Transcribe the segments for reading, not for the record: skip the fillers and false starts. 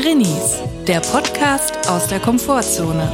Drinis, der Podcast aus der Komfortzone.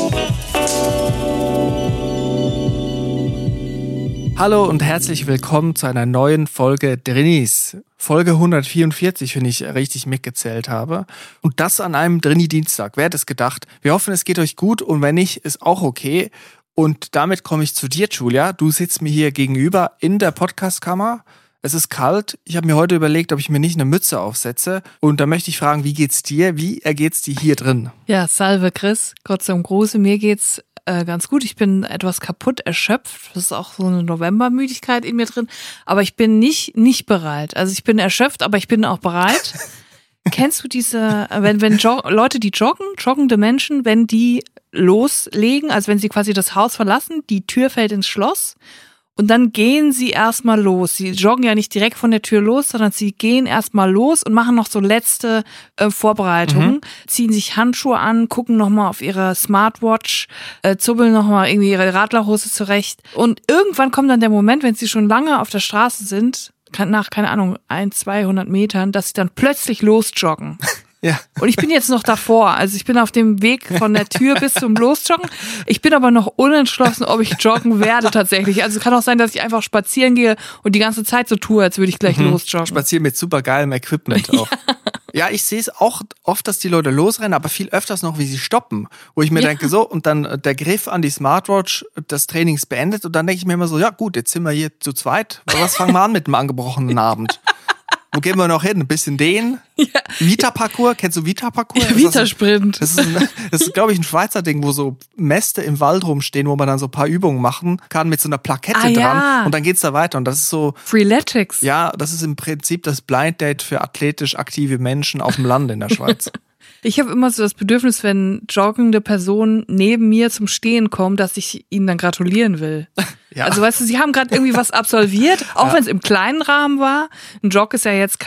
Hallo und herzlich willkommen zu einer neuen Folge Drinis. Folge 144, wenn ich richtig mitgezählt habe. Und das an einem Drini-Dienstag. Wer hätte es gedacht? Wir hoffen, es geht euch gut und wenn nicht, ist auch okay. Und damit komme ich zu dir, Julia. Du sitzt mir hier gegenüber in der Podcastkammer. Es ist kalt. Ich habe mir heute überlegt, ob ich mir nicht eine Mütze aufsetze. Und da möchte ich fragen, wie geht's dir? Wie ergeht's dir hier drin? Ja, salve Chris. Gott sei Dank Große. Mir geht's ganz gut. Ich bin etwas kaputt erschöpft. Das ist auch so eine Novembermüdigkeit in mir drin. Aber ich bin nicht bereit. Also ich bin erschöpft, aber ich bin auch bereit. Kennst du diese, wenn Leute, die joggende Menschen, wenn die loslegen, also wenn sie quasi das Haus verlassen, die Tür fällt ins Schloss und dann gehen sie erstmal los. Sie joggen ja nicht direkt von der Tür los, sondern sie gehen erstmal los und machen noch so letzte Vorbereitungen, ziehen sich Handschuhe an, gucken nochmal auf ihre Smartwatch, zubbeln nochmal irgendwie ihre Radlerhose zurecht. Und irgendwann kommt dann der Moment, wenn sie schon lange auf der Straße sind, nach, keine Ahnung, 100-200 Metern, dass sie dann plötzlich losjoggen. Ja. Und ich bin jetzt noch davor. Also ich bin auf dem Weg von der Tür bis zum Losjoggen. Ich bin aber noch unentschlossen, ob ich joggen werde tatsächlich. Also es kann auch sein, dass ich einfach spazieren gehe und die ganze Zeit so tue, als würde ich gleich losjoggen. Spazieren mit super geilem Equipment auch. Ja, ich sehe es auch oft, dass die Leute losrennen, aber viel öfters noch, wie sie stoppen. Wo ich mir denke, so, und dann der Griff an die Smartwatch, das Training ist beendet. Und dann denke ich mir immer so, ja gut, jetzt sind wir hier zu zweit. Aber was fangen wir an mit dem angebrochenen Abend? Wo gehen wir noch hin? Ein bisschen dehnen? Ja. Vita-Parcours? Kennst du Vita-Parcours? Ja, Vita-Sprint. Das ist, glaube ich, ein Schweizer Ding, wo so Mäste im Wald rumstehen, wo man dann so ein paar Übungen machen kann mit so einer Plakette dran. Ja. Und dann geht's da weiter. Und das ist so... Freeletics. Ja, das ist im Prinzip das Blind Date für athletisch aktive Menschen auf dem Land in der Schweiz. Ich habe immer so das Bedürfnis, wenn joggende Personen neben mir zum Stehen kommen, dass ich ihnen dann gratulieren will. Ja. Also weißt du, sie haben gerade irgendwie was absolviert, auch wenn es im kleinen Rahmen war. Ein Jog ist ja jetzt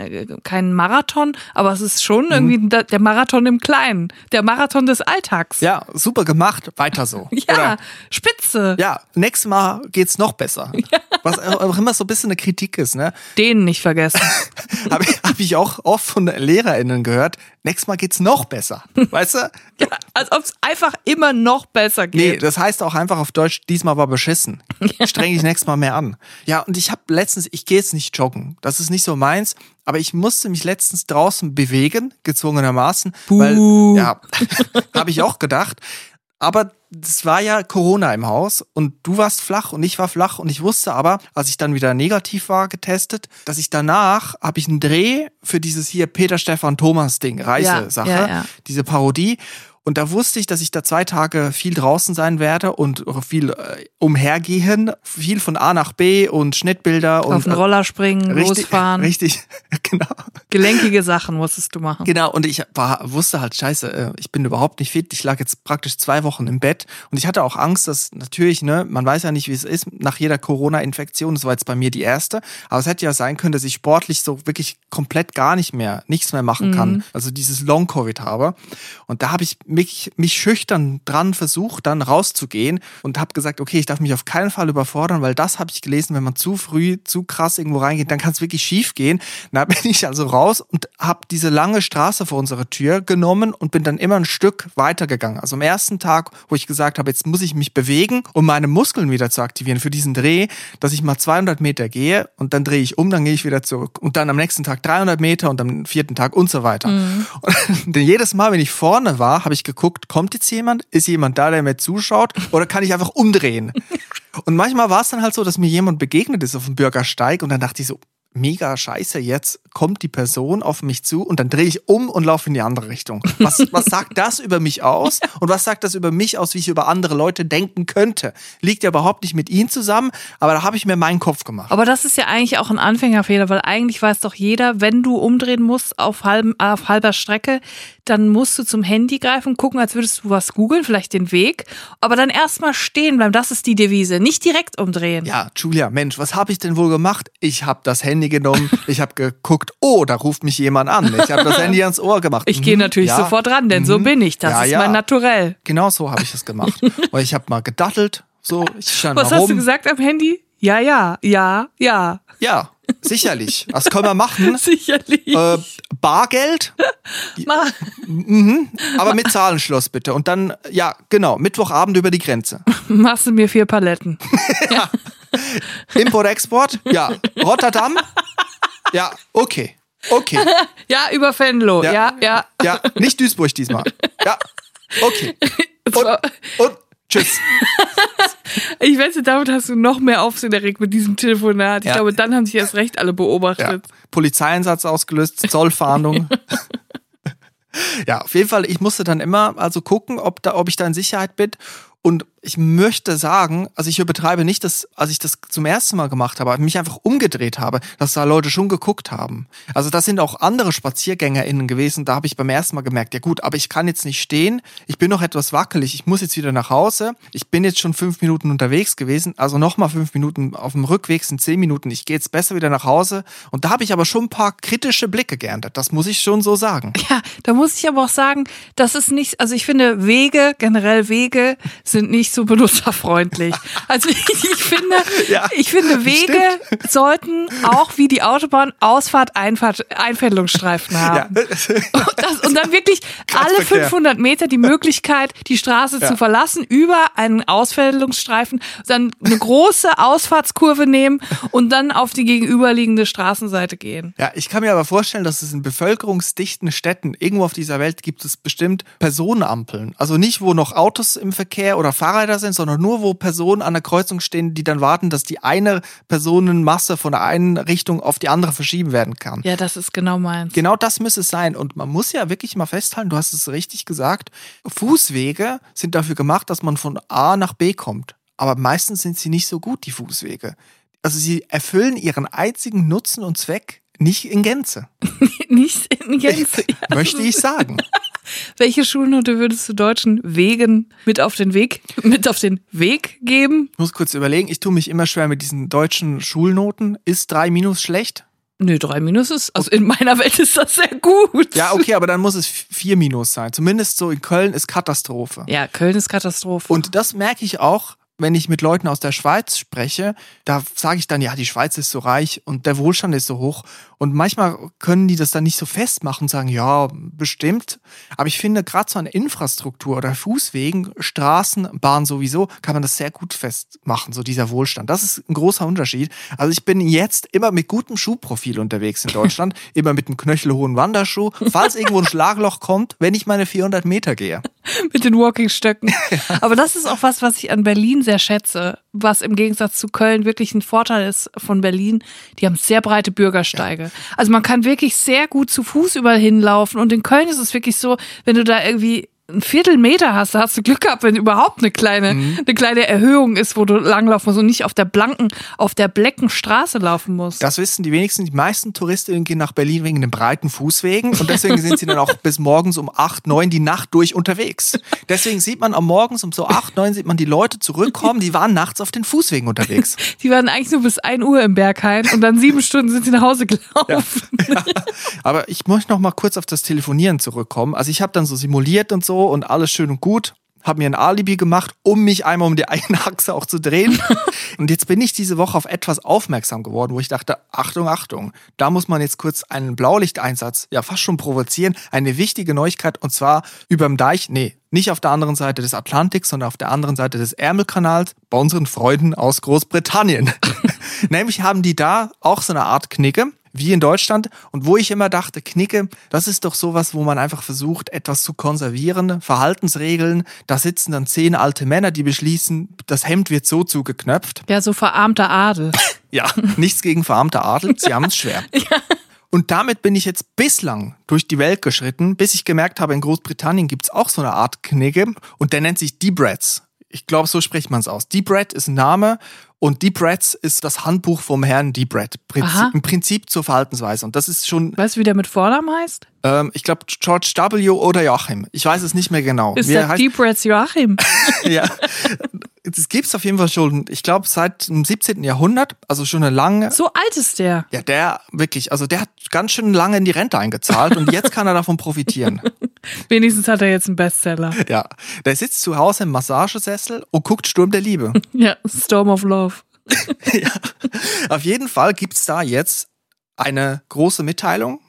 kein Marathon, aber es ist schon irgendwie der Marathon im Kleinen, der Marathon des Alltags. Ja, super gemacht, weiter so. Ja, oder, spitze. Ja, nächstes Mal geht's noch besser. Ja. Was auch immer so ein bisschen eine Kritik ist, ne? Den nicht vergessen. Hab ich auch oft von LehrerInnen gehört, nächstes Mal geht's noch besser, weißt du? Ja, als ob es einfach immer noch besser geht. Nee, das heißt auch einfach auf Deutsch, diesmal war beschissen. Streng dich nächstes Mal mehr an. Ja, und ich gehe jetzt nicht joggen. Das ist nicht so meins. Aber ich musste mich letztens draußen bewegen, gezwungenermaßen. Weil, ja, habe ich auch gedacht. Aber es war ja Corona im Haus und du warst flach und ich war flach und ich wusste aber, als ich dann wieder negativ war, getestet, dass ich danach, habe ich einen Dreh für dieses hier Peter Stefan Thomas Ding, Reisesache, diese Parodie. Und da wusste ich, dass ich da 2 Tage viel draußen sein werde und viel umhergehen, viel von A nach B und Schnittbilder. Auf den Roller springen, losfahren. Richtig, genau. Gelenkige Sachen musstest du machen. Genau, und ich wusste halt, scheiße, ich bin überhaupt nicht fit. Ich lag jetzt praktisch 2 Wochen im Bett und ich hatte auch Angst, dass natürlich, man weiß ja nicht, wie es ist nach jeder Corona-Infektion. Das war jetzt bei mir die erste. Aber es hätte ja sein können, dass ich sportlich so wirklich komplett nichts mehr machen kann. Also dieses Long-Covid habe. Und da habe ich mich schüchtern dran versucht, dann rauszugehen und habe gesagt, okay, ich darf mich auf keinen Fall überfordern, weil das habe ich gelesen, wenn man zu früh, zu krass irgendwo reingeht, dann kann es wirklich schief gehen. Da bin ich also raus und habe diese lange Straße vor unserer Tür genommen und bin dann immer ein Stück weitergegangen. Also am ersten Tag, wo ich gesagt habe, jetzt muss ich mich bewegen, um meine Muskeln wieder zu aktivieren für diesen Dreh, dass ich mal 200 Meter gehe und dann drehe ich um, dann gehe ich wieder zurück. Und dann am nächsten Tag 300 Meter und am 4. Tag und so weiter. Und jedes Mal, wenn ich vorne war, habe ich geguckt, kommt jetzt jemand? Ist jemand da, der mir zuschaut? Oder kann ich einfach umdrehen? Und manchmal war es dann halt so, dass mir jemand begegnet ist auf dem Bürgersteig und dann dachte ich so, mega scheiße, jetzt kommt die Person auf mich zu und dann drehe ich um und laufe in die andere Richtung. Was sagt das über mich aus? Und was sagt das über mich aus, wie ich über andere Leute denken könnte? Liegt ja überhaupt nicht mit ihnen zusammen, aber da habe ich mir meinen Kopf gemacht. Aber das ist ja eigentlich auch ein Anfängerfehler, weil eigentlich weiß doch jeder, wenn du umdrehen musst auf halber Strecke, dann musst du zum Handy greifen, gucken, als würdest du was googeln, vielleicht den Weg, aber dann erstmal stehen bleiben, das ist die Devise, nicht direkt umdrehen. Ja, Julia, Mensch, was habe ich denn wohl gemacht? Ich habe das Handy genommen, ich habe geguckt, oh, da ruft mich jemand an. Ich habe das Handy ans Ohr gemacht. Ich gehe natürlich sofort ran, denn so bin ich, das ist mein Naturell. Genau so habe ich es gemacht. Und ich habe mal gedattelt, so, ich stand was mal rum. hast du gesagt am Handy? Ja. Ja, sicherlich. Was können wir machen? Sicherlich. Bargeld. Aber mit Zahlenschloss bitte. Und dann, ja, genau, Mittwochabend über die Grenze. Machst du mir 4 Paletten? Ja. Import-Export? Ja. Rotterdam? Ja, okay. Ja, über Venlo. Ja. Ja, nicht Duisburg diesmal. Ja, okay. Und tschüss. Ich wette, damit hast du noch mehr Aufsehen erregt mit diesem Telefonat. Ich glaube, dann haben sich erst recht alle beobachtet. Ja. Polizeieinsatz ausgelöst, Zollfahndung. Ja, auf jeden Fall, ich musste dann immer also gucken, ob ich da in Sicherheit bin. Und ich möchte sagen, also ich übertreibe nicht, dass, als ich das zum ersten Mal gemacht habe, mich einfach umgedreht habe, dass da Leute schon geguckt haben. Also das sind auch andere SpaziergängerInnen gewesen, da habe ich beim ersten Mal gemerkt, ja gut, aber ich kann jetzt nicht stehen, ich bin noch etwas wackelig, ich muss jetzt wieder nach Hause, ich bin jetzt schon 5 Minuten unterwegs gewesen, also nochmal 5 Minuten auf dem Rückweg sind 10 Minuten, ich gehe jetzt besser wieder nach Hause und da habe ich aber schon ein paar kritische Blicke geerntet, das muss ich schon so sagen. Ja, da muss ich aber auch sagen, das ist nicht, also ich finde generell Wege sind nicht so benutzerfreundlich. Also ich finde Wege sollten auch wie die Autobahn Ausfahrt, Einfahrt, Einfädelungsstreifen haben. Ja. Und dann wirklich alle 500 Meter die Möglichkeit, die Straße zu verlassen, über einen Ausfädelungsstreifen, dann eine große Ausfahrtskurve nehmen und dann auf die gegenüberliegende Straßenseite gehen. Ja, ich kann mir aber vorstellen, dass es in bevölkerungsdichten Städten, irgendwo auf dieser Welt gibt es bestimmt Personenampeln. Also nicht, wo noch Autos im Verkehr oder Fahrräder sind, sondern nur, wo Personen an der Kreuzung stehen, die dann warten, dass die eine Personenmasse von der einen Richtung auf die andere verschieben werden kann. Ja, das ist genau meins. Genau das müsste es sein. Und man muss ja wirklich mal festhalten, du hast es richtig gesagt, Fußwege sind dafür gemacht, dass man von A nach B kommt. Aber meistens sind sie nicht so gut, die Fußwege. Also sie erfüllen ihren einzigen Nutzen und Zweck nicht in Gänze. Nicht in Gänze, ja. Möchte ich sagen. Welche Schulnote würdest du deutschen Wegen mit auf den Weg geben? Ich muss kurz überlegen, ich tue mich immer schwer mit diesen deutschen Schulnoten. Ist 3- schlecht? Nö, 3- ist, also in meiner Welt ist das sehr gut. Ja, okay, aber dann muss es 4- sein. Zumindest so in Köln ist Katastrophe. Ja, Köln ist Katastrophe. Und das merke ich auch, wenn ich mit Leuten aus der Schweiz spreche, da sage ich dann, ja, die Schweiz ist so reich und der Wohlstand ist so hoch. Und manchmal können die das dann nicht so festmachen und sagen, ja, bestimmt. Aber ich finde, gerade so an Infrastruktur oder Fußwegen, Straßen, Bahn sowieso, kann man das sehr gut festmachen, so dieser Wohlstand. Das ist ein großer Unterschied. Also ich bin jetzt immer mit gutem Schuhprofil unterwegs in Deutschland, immer mit einem knöchelhohen Wanderschuh, falls irgendwo ein Schlagloch kommt, wenn ich meine 400 Meter gehe. Mit den Walkingstöcken. Aber das ist auch was ich an Berlin sehr schätze, was im Gegensatz zu Köln wirklich ein Vorteil ist von Berlin. Die haben sehr breite Bürgersteige. Ja. Also man kann wirklich sehr gut zu Fuß überall hinlaufen und in Köln ist es wirklich so, wenn du da irgendwie ein Viertelmeter hast, da hast du Glück gehabt, wenn überhaupt eine kleine Erhöhung ist, wo du langlaufen musst und nicht auf der blecken Straße laufen musst. Das wissen die wenigsten. Die meisten Touristinnen gehen nach Berlin wegen den breiten Fußwegen und deswegen sind sie dann auch bis morgens um 8, 9 die Nacht durch unterwegs. Deswegen sieht man am Morgens um so 8, 9 sieht man die Leute zurückkommen, die waren nachts auf den Fußwegen unterwegs. Die waren eigentlich nur bis 1 Uhr im Berghain und dann 7 Stunden sind sie nach Hause gelaufen. Ja. Aber ich möchte noch mal kurz auf das Telefonieren zurückkommen. Also ich habe dann so simuliert und so und alles schön und gut. Habe mir ein Alibi gemacht, um mich einmal um die eigene Achse auch zu drehen. Und jetzt bin ich diese Woche auf etwas aufmerksam geworden, wo ich dachte, Achtung, da muss man jetzt kurz einen Blaulichteinsatz, ja fast schon provozieren. Eine wichtige Neuigkeit und zwar überm Deich, nicht auf der anderen Seite des Atlantiks, sondern auf der anderen Seite des Ärmelkanals bei unseren Freunden aus Großbritannien. Nämlich haben die da auch so eine Art Knigge, wie in Deutschland. Und wo ich immer dachte, Knigge, das ist doch sowas, wo man einfach versucht, etwas zu konservieren, Verhaltensregeln. Da sitzen dann 10 alte Männer, die beschließen, das Hemd wird so zugeknöpft. Ja, so verarmter Adel. Ja, nichts gegen verarmter Adel, sie haben es schwer. Ja. Und damit bin ich jetzt bislang durch die Welt geschritten, bis ich gemerkt habe, in Großbritannien gibt's auch so eine Art Knigge und der nennt sich Deep Rats. Ich glaube, so spricht man es aus. Deep Rat ist ein Name und Deep Rats ist das Handbuch vom Herrn Deep Rat. Im Prinzip zur Verhaltensweise. Und das ist schon. Weißt du, wie der mit Vornamen heißt? Ich glaube George W. oder Joachim. Ich weiß es nicht mehr genau. Ist der Deep Rats Joachim? Ja. Das gibt's auf jeden Fall schon, ich glaube, seit dem 17. Jahrhundert, also schon eine lange. So alt ist der. Ja, der wirklich, also der hat ganz schön lange in die Rente eingezahlt und jetzt kann er davon profitieren. Wenigstens hat er jetzt einen Bestseller. Ja, der sitzt zu Hause im Massagesessel und guckt Sturm der Liebe. Ja, Storm of Love. Ja. Auf jeden Fall gibt's da jetzt eine große Mitteilung,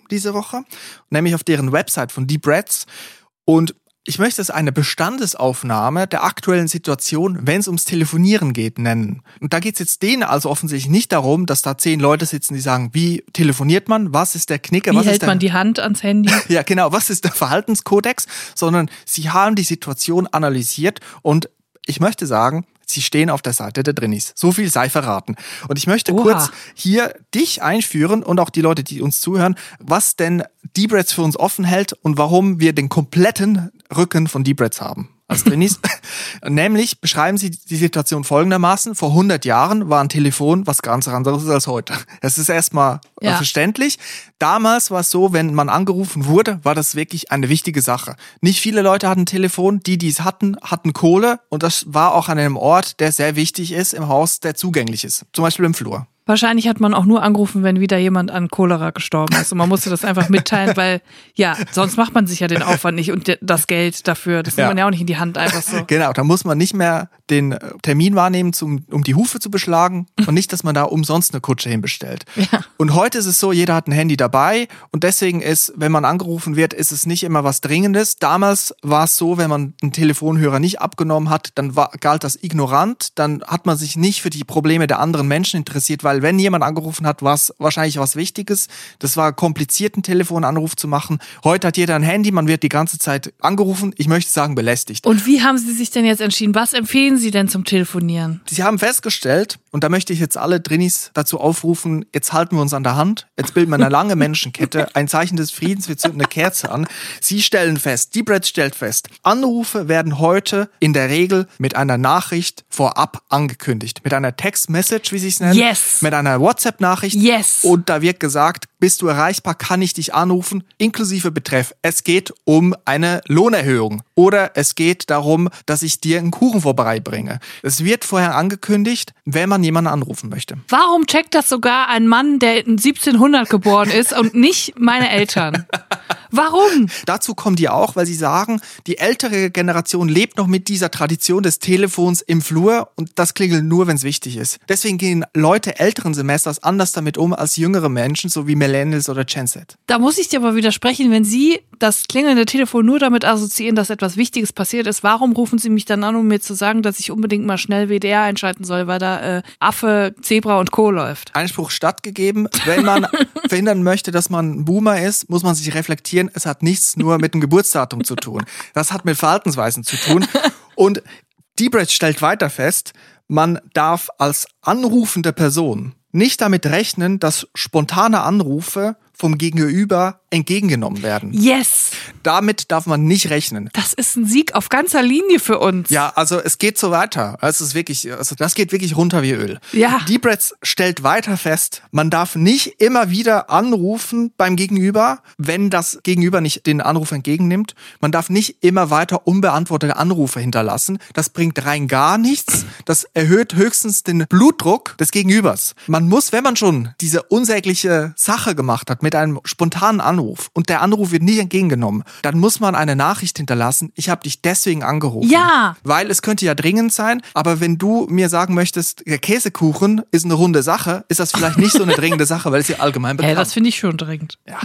diese Woche, nämlich auf deren Website von Deep Reds. Und ich möchte es eine Bestandesaufnahme der aktuellen Situation, wenn es ums Telefonieren geht, nennen. Und da geht es jetzt denen also offensichtlich nicht darum, dass da 10 Leute sitzen, die sagen, wie telefoniert man, was ist der Knicker, wie hält man die Hand ans Handy? Ja, genau, was ist der Verhaltenskodex, sondern sie haben die Situation analysiert und ich möchte sagen, sie stehen auf der Seite der Drinnis. So viel sei verraten. Und ich möchte kurz hier dich einführen und auch die Leute, die uns zuhören, was denn Deep Reds für uns offen hält und warum wir den kompletten Rücken von Deep Reds haben als Drinnis. Nämlich beschreiben sie die Situation folgendermaßen. Vor 100 Jahren war ein Telefon was ganz anderes als heute. Das ist erstmal verständlich. Damals war es so, wenn man angerufen wurde, war das wirklich eine wichtige Sache. Nicht viele Leute hatten ein Telefon. Die es hatten Kohle. Und das war auch an einem Ort, der sehr wichtig ist im Haus, der zugänglich ist. Zum Beispiel im Flur. Wahrscheinlich hat man auch nur angerufen, wenn wieder jemand an Cholera gestorben ist. Und man musste das einfach mitteilen, weil, sonst macht man sich ja den Aufwand nicht und das Geld dafür. Das nimmt man ja auch nicht in die Hand einfach so. Genau, da muss man nicht mehr den Termin wahrnehmen, um die Hufe zu beschlagen und nicht, dass man da umsonst eine Kutsche hinbestellt. Ja. Und heute ist es so, jeder hat ein Handy dabei und deswegen ist, wenn man angerufen wird, ist es nicht immer was Dringendes. Damals war es so, wenn man einen Telefonhörer nicht abgenommen hat, dann galt das ignorant, dann hat man sich nicht für die Probleme der anderen Menschen interessiert, weil wenn jemand angerufen hat, war es wahrscheinlich was Wichtiges. Das war kompliziert, einen Telefonanruf zu machen. Heute hat jeder ein Handy, man wird die ganze Zeit angerufen, ich möchte sagen belästigt. Und wie haben Sie sich denn jetzt entschieden? Was empfehlen Sie denn zum Telefonieren? Sie haben festgestellt, und da möchte ich jetzt alle Drinnis dazu aufrufen, jetzt halten wir uns an der Hand, jetzt bilden wir eine lange Menschenkette, ein Zeichen des Friedens, wir zünden eine Kerze an. Sie stellen fest, Deep Red stellt fest, Anrufe werden heute in der Regel mit einer Nachricht vorab angekündigt. Mit einer Text-Message, wie sie es nennen. Yes. Mit einer WhatsApp-Nachricht. Yes. Und da wird gesagt, bist du erreichbar, kann ich dich anrufen, inklusive Betreff. Es geht um eine Lohnerhöhung oder es geht darum, dass ich dir einen Kuchen vorbeibringe. Es wird vorher angekündigt, wenn man jemanden anrufen möchte. Warum checkt das sogar ein Mann, der in 1700 geboren ist und nicht meine Eltern? Warum? Dazu kommen die auch, weil sie sagen, die ältere Generation lebt noch mit dieser Tradition des Telefons im Flur und das klingelt nur, wenn es wichtig ist. Deswegen gehen Leute älteren Semesters anders damit um als jüngere Menschen, so wie Millennials oder Gen Z. Da muss ich dir aber widersprechen, wenn Sie das klingelnde Telefon nur damit assoziieren, dass etwas Wichtiges passiert ist. Warum rufen Sie mich dann an, um mir zu sagen, dass ich unbedingt mal schnell WDR einschalten soll, weil da Affe, Zebra und Co. läuft? Einspruch stattgegeben. Wenn man verhindern möchte, dass man ein Boomer ist, muss man sich reflektieren. Es hat nichts nur mit dem Geburtsdatum zu tun. Das hat mit Verhaltensweisen zu tun. Und Deep Red stellt weiter fest, man darf als anrufende Person nicht damit rechnen, dass spontane Anrufe vom Gegenüber entgegengenommen werden. Yes! Damit darf man nicht rechnen. Das ist ein Sieg auf ganzer Linie für uns. Ja, also es geht so weiter. Es ist wirklich, also das geht wirklich runter wie Öl. Ja. Deep Red stellt weiter fest, man darf nicht immer wieder anrufen beim Gegenüber, wenn das Gegenüber nicht den Anruf entgegennimmt. Man darf nicht immer weiter unbeantwortete Anrufe hinterlassen. Das bringt rein gar nichts. Das erhöht höchstens den Blutdruck des Gegenübers. Man muss, wenn man schon diese unsägliche Sache gemacht hat mit einem spontanen Anruf und der Anruf wird nicht entgegengenommen, dann muss man eine Nachricht hinterlassen, ich habe dich deswegen angerufen. Ja. Weil es könnte ja dringend sein, aber wenn du mir sagen möchtest, der Käsekuchen ist eine runde Sache, ist das vielleicht nicht so eine dringende Sache, weil es ja allgemein bekannt ist. Ja, das finde ich schon dringend. Ja.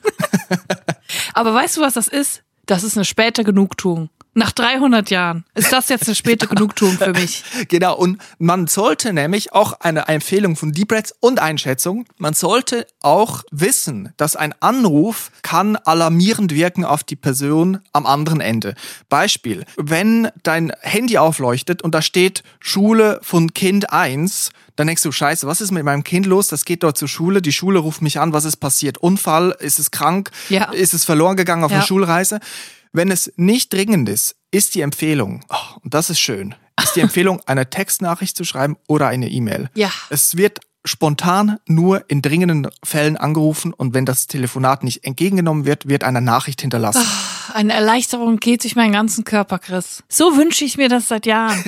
Aber weißt du, was das ist? Das ist eine späte Genugtuung. Nach 300 Jahren ist das jetzt eine späte Genugtuung für mich. Genau, und man sollte nämlich auch eine Empfehlung von Deep Reds und Einschätzung, man sollte auch wissen, dass ein Anruf kann alarmierend wirken auf die Person am anderen Ende. Beispiel, wenn dein Handy aufleuchtet und da steht Schule von Kind 1, dann denkst du, scheiße, was ist mit meinem Kind los? Das geht dort zur Schule, die Schule ruft mich an, was ist passiert? Unfall? Ist es krank? Ja. Ist es verloren gegangen auf einer Schulreise? Wenn es nicht dringend ist die Empfehlung, und das ist schön, ist die Empfehlung, eine Textnachricht zu schreiben oder eine E-Mail. Ja. Es wird spontan nur in dringenden Fällen angerufen und wenn das Telefonat nicht entgegengenommen wird, wird eine Nachricht hinterlassen. Eine Erleichterung geht durch meinen ganzen Körper, Chris. So wünsche ich mir das seit Jahren.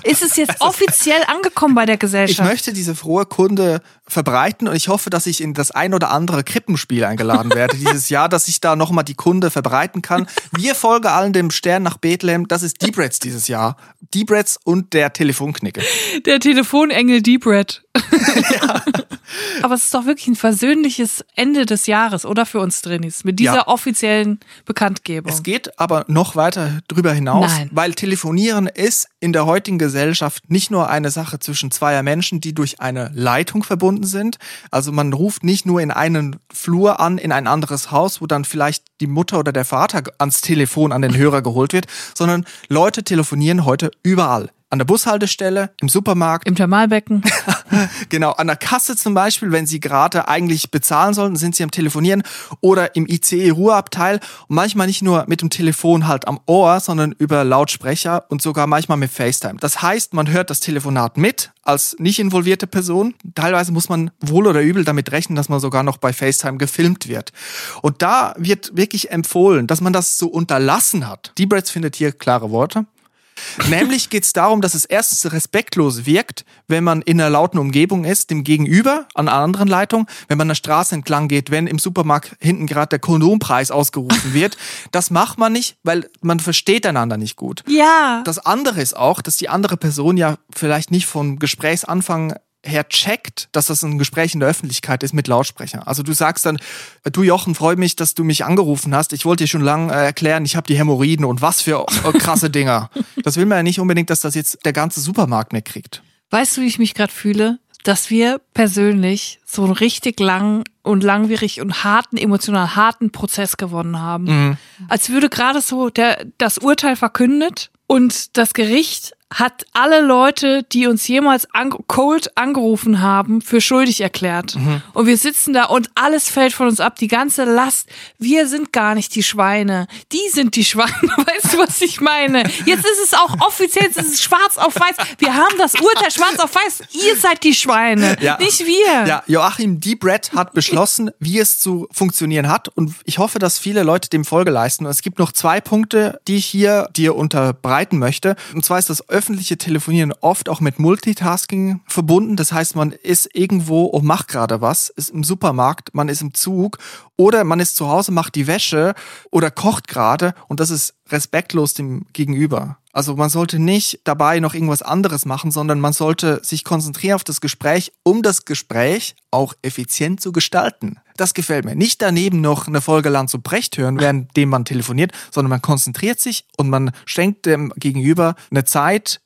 ist es jetzt offiziell angekommen bei der Gesellschaft. Ich möchte diese frohe Kunde verbreiten und ich hoffe, dass ich in das ein oder andere Krippenspiel eingeladen werde dieses Jahr, dass ich da nochmal die Kunde verbreiten kann. Wir folgen allen dem Stern nach Bethlehem. Das ist Deep Reds dieses Jahr. Deep Reds und der Telefonknicke. Der Telefonengel Deep Red. Ja. Aber es ist doch wirklich ein versöhnliches Ende des Jahres, oder für uns Drinis, mit dieser offiziellen Bekanntgebung. Es geht aber noch weiter drüber hinaus, Nein. weil Telefonieren ist in der heutigen Gesellschaft nicht nur eine Sache zwischen zweier Menschen, die durch eine Leitung verbunden sind. Also man ruft nicht nur in einen Flur an, in ein anderes Haus, wo dann vielleicht die Mutter oder der Vater ans Telefon an den Hörer geholt wird, sondern Leute telefonieren heute überall. An der Bushaltestelle, im Supermarkt. Im Thermalbecken. Genau, an der Kasse zum Beispiel, wenn Sie gerade eigentlich bezahlen sollten, sind Sie am Telefonieren. Oder im ICE-Ruheabteil. Und manchmal nicht nur mit dem Telefon halt am Ohr, sondern über Lautsprecher und sogar manchmal mit FaceTime. Das heißt, man hört das Telefonat mit als nicht involvierte Person. Teilweise muss man wohl oder übel damit rechnen, dass man sogar noch bei FaceTime gefilmt wird. Und da wird wirklich empfohlen, dass man das so unterlassen hat. Deep Reds findet hier klare Worte. Nämlich geht es darum, dass es erstens respektlos wirkt, wenn man in einer lauten Umgebung ist, dem Gegenüber an einer anderen Leitung, wenn man eine Straße entlang geht, wenn im Supermarkt hinten gerade der Kondompreis ausgerufen wird. Das macht man nicht, weil man versteht einander nicht gut. Ja. Das andere ist auch, dass die andere Person ja vielleicht nicht vom Gesprächsanfang her checkt, dass das ein Gespräch in der Öffentlichkeit ist mit Lautsprecher. Also du sagst dann, du Jochen, freue mich, dass du mich angerufen hast. Ich wollte dir schon lange erklären, ich habe die Hämorrhoiden und was für krasse Dinger. Das will man ja nicht unbedingt, dass das jetzt der ganze Supermarkt mitkriegt. Weißt du, wie ich mich gerade fühle? Dass wir persönlich so einen richtig langen und langwierig und emotional harten Prozess gewonnen haben. Mhm. Als würde gerade so das Urteil verkündet und das Gericht hat alle Leute, die uns jemals cold angerufen haben, für schuldig erklärt. Mhm. Und wir sitzen da und alles fällt von uns ab, die ganze Last. Wir sind gar nicht die Schweine. Die sind die Schweine. Weißt du, was ich meine? Jetzt ist es auch offiziell, es ist schwarz auf weiß. Wir haben das Urteil schwarz auf weiß. Ihr seid die Schweine, nicht wir. Ja, Joachim Deep Red hat beschlossen, wie es zu funktionieren hat. Und ich hoffe, dass viele Leute dem Folge leisten. Und es gibt noch 2 Punkte, die ich hier dir unterbreiten möchte. Und zwar ist das öffentliche Telefonieren oft auch mit Multitasking verbunden. Das heißt, man ist irgendwo und macht gerade was, ist im Supermarkt, man ist im Zug oder man ist zu Hause, macht die Wäsche oder kocht gerade und das ist respektlos dem Gegenüber. Also man sollte nicht dabei noch irgendwas anderes machen, sondern man sollte sich konzentrieren auf das Gespräch, um das Gespräch auch effizient zu gestalten. Das gefällt mir. Nicht daneben noch eine Folge Lanz und Brecht hören, währenddem man telefoniert, sondern man konzentriert sich und man schenkt dem Gegenüber eine Zeit,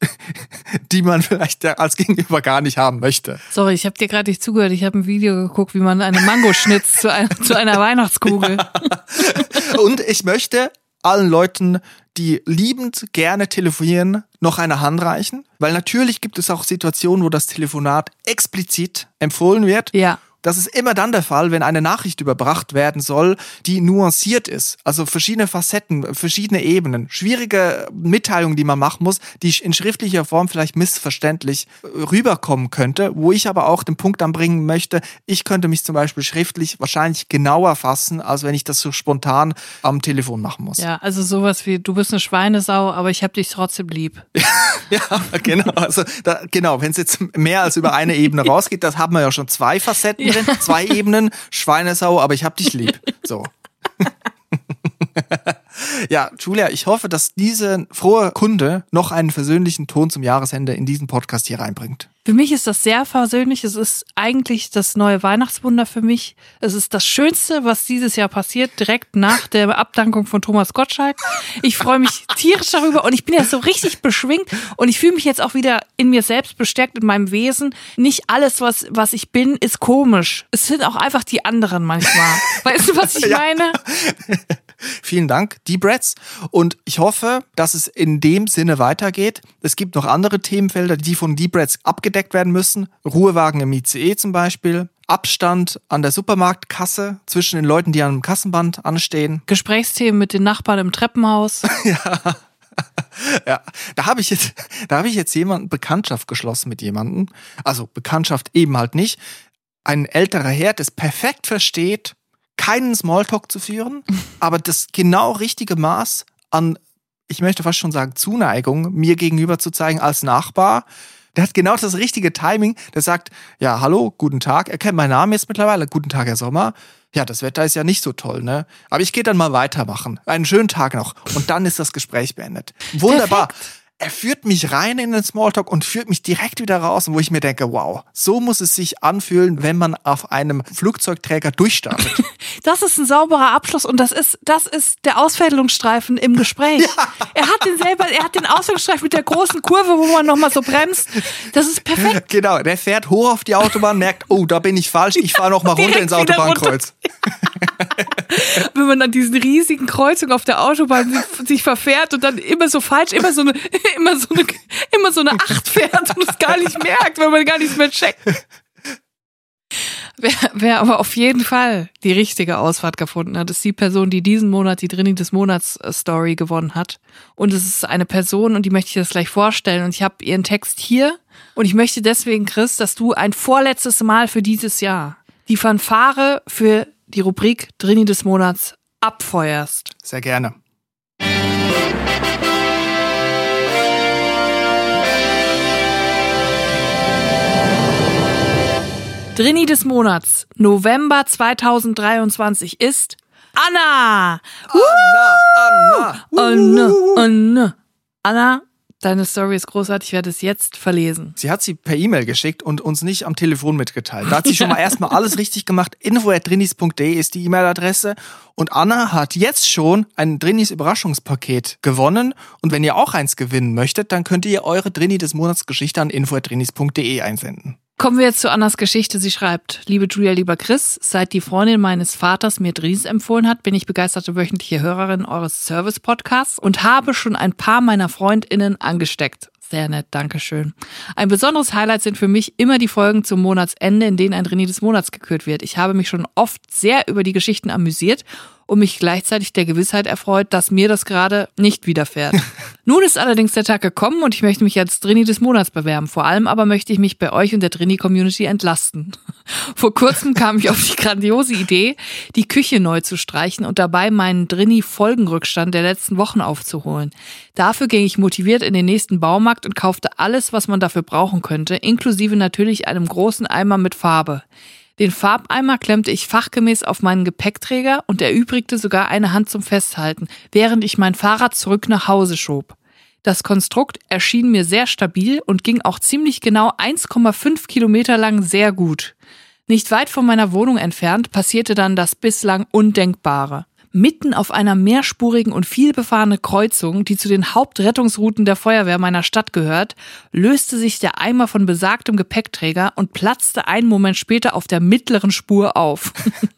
die man vielleicht als Gegenüber gar nicht haben möchte. Sorry, ich habe dir gerade nicht zugehört. Ich habe ein Video geguckt, wie man eine Mango schnitzt zu einer Weihnachtskugel. Ja. Und ich möchte allen Leuten, die liebend gerne telefonieren, noch eine Hand reichen. Weil natürlich gibt es auch Situationen, wo das Telefonat explizit empfohlen wird. Ja. Das ist immer dann der Fall, wenn eine Nachricht überbracht werden soll, die nuanciert ist. Also verschiedene Facetten, verschiedene Ebenen, schwierige Mitteilungen, die man machen muss, die in schriftlicher Form vielleicht missverständlich rüberkommen könnte, wo ich aber auch den Punkt anbringen möchte, ich könnte mich zum Beispiel schriftlich wahrscheinlich genauer fassen, als wenn ich das so spontan am Telefon machen muss. Ja, also sowas wie, du bist eine Schweinesau, aber ich hab dich trotzdem lieb. Ja, genau. Also wenn es jetzt mehr als über eine Ebene rausgeht, das haben wir ja schon 2 Facetten. 2 Ebenen, Schweinesau, aber ich hab dich lieb. So. Ja, Julia, ich hoffe, dass diese frohe Kunde noch einen versöhnlichen Ton zum Jahresende in diesen Podcast hier reinbringt. Für mich ist das sehr versöhnlich. Es ist eigentlich das neue Weihnachtswunder für mich. Es ist das Schönste, was dieses Jahr passiert, direkt nach der Abdankung von Thomas Gottschalk. Ich freue mich tierisch darüber und ich bin jetzt so richtig beschwingt und ich fühle mich jetzt auch wieder in mir selbst bestärkt in meinem Wesen. Nicht alles, was ich bin, ist komisch. Es sind auch einfach die anderen manchmal. Weißt du, was ich meine? Vielen Dank, Deep Reds. Und ich hoffe, dass es in dem Sinne weitergeht. Es gibt noch andere Themenfelder, die von Deep Reds abgedeckt werden müssen. Ruhewagen im ICE zum Beispiel. Abstand an der Supermarktkasse zwischen den Leuten, die am Kassenband anstehen. Gesprächsthemen mit den Nachbarn im Treppenhaus. Ja. Ja, da habe ich jetzt Bekanntschaft geschlossen mit jemandem. Also Bekanntschaft eben halt nicht. Ein älterer Herr, der es perfekt versteht, keinen Smalltalk zu führen, aber das genau richtige Maß an ich möchte fast schon sagen, Zuneigung mir gegenüber zu zeigen als Nachbar. Der hat genau das richtige Timing. Der sagt, ja, hallo, guten Tag. Er kennt meinen Namen jetzt mittlerweile. Guten Tag, Herr Sommer. Ja, das Wetter ist ja nicht so toll, ne? Aber ich gehe dann mal weitermachen. Einen schönen Tag noch. Und dann ist das Gespräch beendet. Wunderbar. Perfekt. Er führt mich rein in den Smalltalk und führt mich direkt wieder raus, wo ich mir denke, wow, so muss es sich anfühlen, wenn man auf einem Flugzeugträger durchstartet. Das ist ein sauberer Abschluss und das ist der Ausfädelungsstreifen im Gespräch. Ja. Er hat den Ausfädelungsstreifen mit der großen Kurve, wo man nochmal so bremst. Das ist perfekt. Genau, der fährt hoch auf die Autobahn, merkt, oh, da bin ich falsch, ich fahre nochmal runter ins Autobahnkreuz. Wenn man an diesen riesigen Kreuzungen auf der Autobahn sich verfährt und dann immer so falsch, immer so eine 8 fährt und es gar nicht merkt, weil man gar nichts mehr checkt. Wer aber auf jeden Fall die richtige Ausfahrt gefunden hat, ist die Person, die diesen Monat die Drini des Monats Story gewonnen hat. Und es ist eine Person, und die möchte ich jetzt gleich vorstellen. Und ich habe ihren Text hier. Und ich möchte deswegen, Chris, dass du ein vorletztes Mal für dieses Jahr die Fanfare für die Rubrik Drini des Monats abfeuerst. Sehr gerne. Drini des Monats, November 2023 ist Anna. Anna, deine Story ist großartig, ich werde es jetzt verlesen. Sie hat sie per E-Mail geschickt und uns nicht am Telefon mitgeteilt. Da hat sie schon mal erstmal alles richtig gemacht. info@drinis.de ist die E-Mail-Adresse. Und Anna hat jetzt schon ein Drinis Überraschungspaket gewonnen. Und wenn ihr auch eins gewinnen möchtet, dann könnt ihr eure Drini des Monats Geschichte an info@drinis.de einsenden. Kommen wir jetzt zu Annas Geschichte. Sie schreibt: Liebe Julia, lieber Chris, seit die Freundin meines Vaters mir Drinis empfohlen hat, bin ich begeisterte wöchentliche Hörerin eures Service-Podcasts und habe schon ein paar meiner FreundInnen angesteckt. Sehr nett, Dankeschön. Ein besonderes Highlight sind für mich immer die Folgen zum Monatsende, in denen ein Drini des Monats gekürt wird. Ich habe mich schon oft sehr über die Geschichten amüsiert und mich gleichzeitig der Gewissheit erfreut, dass mir das gerade nicht widerfährt. Nun ist allerdings der Tag gekommen und ich möchte mich als Drini des Monats bewerben. Vor allem aber möchte ich mich bei euch und der Drini-Community entlasten. Vor kurzem kam ich auf die grandiose Idee, die Küche neu zu streichen und dabei meinen Drini-Folgenrückstand der letzten Wochen aufzuholen. Dafür ging ich motiviert in den nächsten Baumarkt und kaufte alles, was man dafür brauchen könnte, inklusive natürlich einem großen Eimer mit Farbe. Den Farbeimer klemmte ich fachgemäß auf meinen Gepäckträger und erübrigte sogar eine Hand zum Festhalten, während ich mein Fahrrad zurück nach Hause schob. Das Konstrukt erschien mir sehr stabil und ging auch ziemlich genau 1,5 Kilometer lang sehr gut. Nicht weit von meiner Wohnung entfernt passierte dann das bislang Undenkbare. Mitten auf einer mehrspurigen und vielbefahrenen Kreuzung, die zu den Hauptrettungsrouten der Feuerwehr meiner Stadt gehört, löste sich der Eimer von besagtem Gepäckträger und platzte einen Moment später auf der mittleren Spur auf.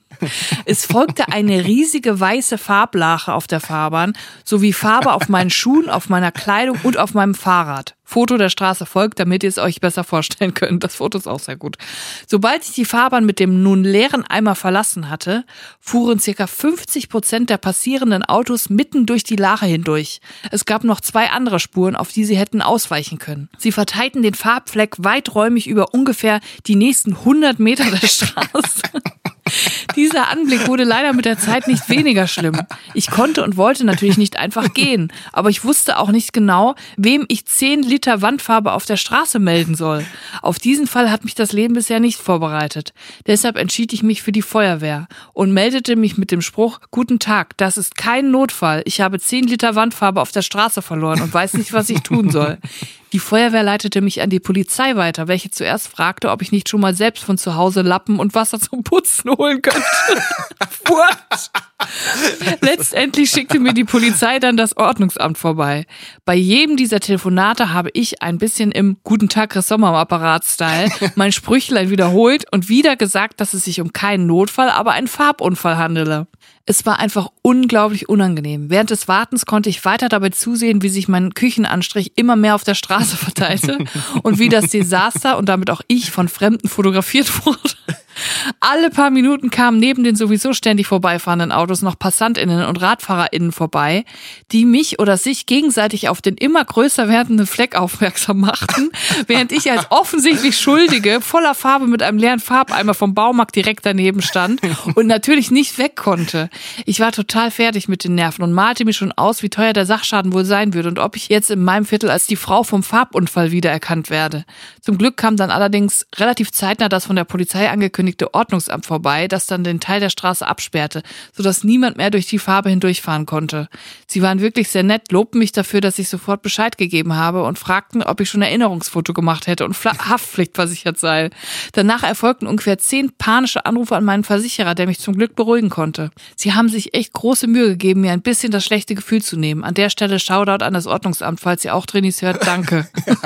Es folgte eine riesige weiße Farblache auf der Fahrbahn, sowie Farbe auf meinen Schuhen, auf meiner Kleidung und auf meinem Fahrrad. Foto der Straße folgt, damit ihr es euch besser vorstellen könnt. Das Foto ist auch sehr gut. Sobald ich die Fahrbahn mit dem nun leeren Eimer verlassen hatte, fuhren ca. 50% der passierenden Autos mitten durch die Lache hindurch. Es gab noch 2 andere Spuren, auf die sie hätten ausweichen können. Sie verteilten den Farbfleck weiträumig über ungefähr die nächsten 100 Meter der Straße. Dieser Anblick wurde leider mit der Zeit nicht weniger schlimm. Ich konnte und wollte natürlich nicht einfach gehen, aber ich wusste auch nicht genau, wem ich 10 Liter Wandfarbe auf der Straße melden soll. Auf diesen Fall hat mich das Leben bisher nicht vorbereitet. Deshalb entschied ich mich für die Feuerwehr und meldete mich mit dem Spruch: Guten Tag, das ist kein Notfall. Ich habe 10 Liter Wandfarbe auf der Straße verloren und weiß nicht, was ich tun soll. Die Feuerwehr leitete mich an die Polizei weiter, welche zuerst fragte, ob ich nicht schon mal selbst von zu Hause Lappen und Wasser zum Putzen holen könnte. What? Letztendlich schickte mir die Polizei dann das Ordnungsamt vorbei. Bei jedem dieser Telefonate habe ich ein bisschen im Guten Tag, Chris Sommer am Apparat-Style mein Sprüchlein wiederholt und wieder gesagt, dass es sich um keinen Notfall, aber einen Farbunfall handele. Es war einfach unglaublich unangenehm. Während des Wartens konnte ich weiter dabei zusehen, wie sich mein Küchenanstrich immer mehr auf der Straße verteilte und wie das Desaster und damit auch ich von Fremden fotografiert wurde. Alle paar Minuten kamen neben den sowieso ständig vorbeifahrenden Autos noch PassantInnen und RadfahrerInnen vorbei, die mich oder sich gegenseitig auf den immer größer werdenden Fleck aufmerksam machten, während ich als offensichtlich Schuldige voller Farbe mit einem leeren Farbeimer vom Baumarkt direkt daneben stand und natürlich nicht weg konnte. Ich war total fertig mit den Nerven und malte mir schon aus, wie teuer der Sachschaden wohl sein würde und ob ich jetzt in meinem Viertel als die Frau vom Farbunfall wiedererkannt werde. Zum Glück kam dann allerdings relativ zeitnah das von der Polizei angekündigte Ordnungsamt vorbei, das dann den Teil der Straße absperrte, sodass niemand mehr durch die Farbe hindurchfahren konnte. Sie waren wirklich sehr nett, lobten mich dafür, dass ich sofort Bescheid gegeben habe und fragten, ob ich schon ein Erinnerungsfoto gemacht hätte und haftpflichtversichert sei. Danach erfolgten ungefähr 10 panische Anrufe an meinen Versicherer, der mich zum Glück beruhigen konnte. Sie haben sich echt große Mühe gegeben, mir ein bisschen das schlechte Gefühl zu nehmen. An der Stelle Shoutout an das Ordnungsamt, falls ihr auch Trainees hört, danke.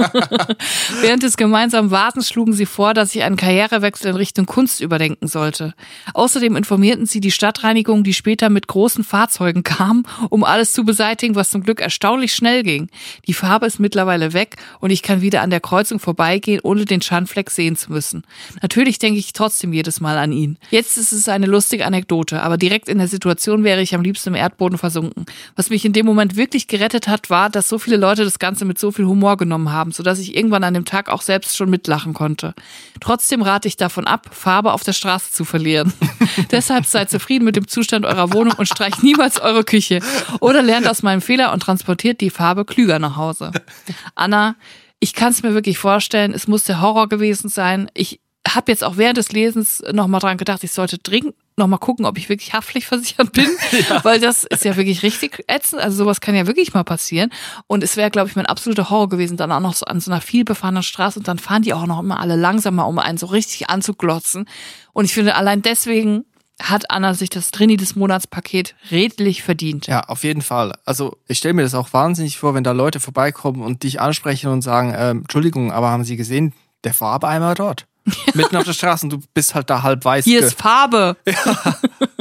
Während des gemeinsamen Wartens schlugen sie vor, dass ich einen Karrierewechsel in Richtung Kunst überdenken sollte. Außerdem informierten sie die Stadtreinigung, die später mit großen Fahrzeugen kam, um alles zu beseitigen, was zum Glück erstaunlich schnell ging. Die Farbe ist mittlerweile weg und ich kann wieder an der Kreuzung vorbeigehen, ohne den Schandfleck sehen zu müssen. Natürlich denke ich trotzdem jedes Mal an ihn. Jetzt ist es eine lustige Anekdote, aber direkt in der Situation wäre ich am liebsten im Erdboden versunken. Was mich in dem Moment wirklich gerettet hat, war, dass so viele Leute das Ganze mit so viel Humor genommen haben, sodass ich irgendwann an dem Tag auch selbst schon mitlachen konnte. Trotzdem rate ich davon ab, Farbe auf der Straße zu verlieren. Deshalb seid zufrieden mit dem Zustand eurer Wohnung und streicht niemals eure Küche. Oder lernt aus meinem Fehler und transportiert die Farbe klüger nach Hause. Anna, ich kann es mir wirklich vorstellen, es muss der Horror gewesen sein. Ich habe jetzt auch während des Lesens nochmal dran gedacht, ich sollte dringend nochmal gucken, ob ich wirklich haftpflichtversichert bin, weil das ist ja wirklich richtig ätzend. Also sowas kann ja wirklich mal passieren. Und es wäre, glaube ich, mein absoluter Horror gewesen, dann auch noch so an so einer vielbefahrenen Straße und dann fahren die auch noch immer alle langsamer, um einen so richtig anzuglotzen. Und ich finde, allein deswegen hat Anna sich das Trainee des Monatspaket redlich verdient. Ja, auf jeden Fall. Also ich stelle mir das auch wahnsinnig vor, wenn da Leute vorbeikommen und dich ansprechen und sagen, Entschuldigung, aber haben Sie gesehen, der Farbeimer dort? Mitten auf der Straße und du bist halt da halb weiß. Hier ist Farbe. Ja.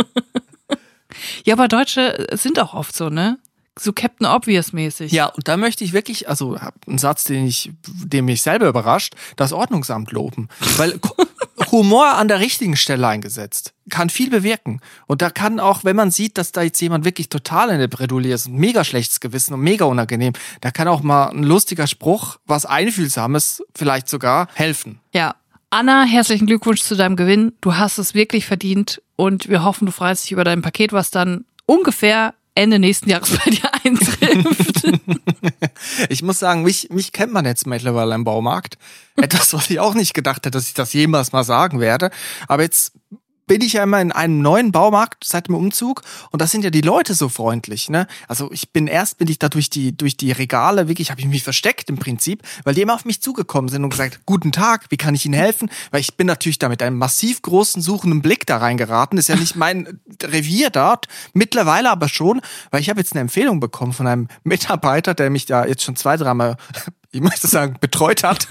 Ja, aber Deutsche sind auch oft so, ne? So Captain Obvious-mäßig. Ja, und da möchte ich wirklich, also ein Satz, den mich selber überrascht, das Ordnungsamt loben. Weil Humor an der richtigen Stelle eingesetzt kann viel bewirken. Und da kann auch, wenn man sieht, dass da jetzt jemand wirklich total in der Bredouille ist und mega schlechtes Gewissen und mega unangenehm, da kann auch mal ein lustiger Spruch, was Einfühlsames vielleicht sogar helfen. Ja. Anna, herzlichen Glückwunsch zu deinem Gewinn. Du hast es wirklich verdient und wir hoffen, du freust dich über dein Paket, was dann ungefähr Ende nächsten Jahres bei dir eintrifft. Ich muss sagen, mich kennt man jetzt mittlerweile im Baumarkt. Etwas, was ich auch nicht gedacht hätte, dass ich das jemals mal sagen werde. Aber jetzt bin ich ja immer in einem neuen Baumarkt seit dem Umzug und da sind ja die Leute so freundlich, ne? Also bin ich da durch die Regale, wirklich habe ich mich versteckt im Prinzip, weil die immer auf mich zugekommen sind und gesagt, guten Tag, wie kann ich Ihnen helfen? Weil ich bin natürlich da mit einem massiv großen suchenden Blick da reingeraten, ist ja nicht mein Revier dort, mittlerweile aber schon, weil ich habe jetzt eine Empfehlung bekommen von einem Mitarbeiter, der mich da jetzt schon 2-3 Mal, ich möchte sagen, betreut hat.